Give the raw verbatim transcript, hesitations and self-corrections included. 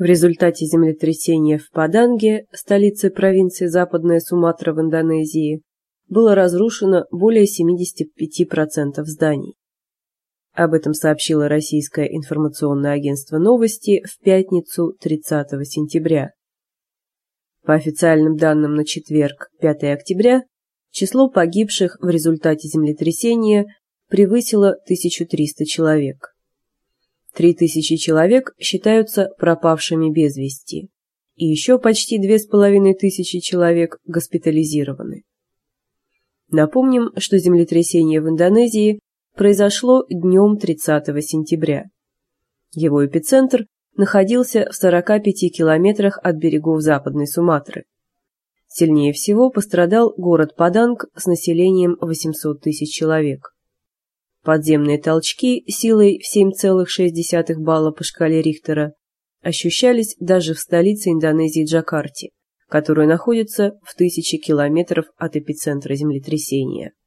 В результате землетрясения в Паданге, столице провинции Западная Суматра в Индонезии, было разрушено более семидесяти пяти процентов зданий. Об этом сообщило российское информационное агентство «Новости» в пятницу тридцатого сентября. По официальным данным на четверг, пятого октября, число погибших в результате землетрясения превысило тысячу триста человек. Три тысячи человек считаются пропавшими без вести, и еще почти две с половиной тысячи человек госпитализированы. Напомним, что землетрясение в Индонезии произошло днем тридцатого сентября. Его эпицентр находился в сорока пяти километрах от берегов Западной Суматры. Сильнее всего пострадал город Паданг с населением восемьсот тысяч человек. Подземные толчки силой в семь целых шесть десятых балла по шкале Рихтера ощущались даже в столице Индонезии Джакарте, которая находится в тысяче километров от эпицентра землетрясения.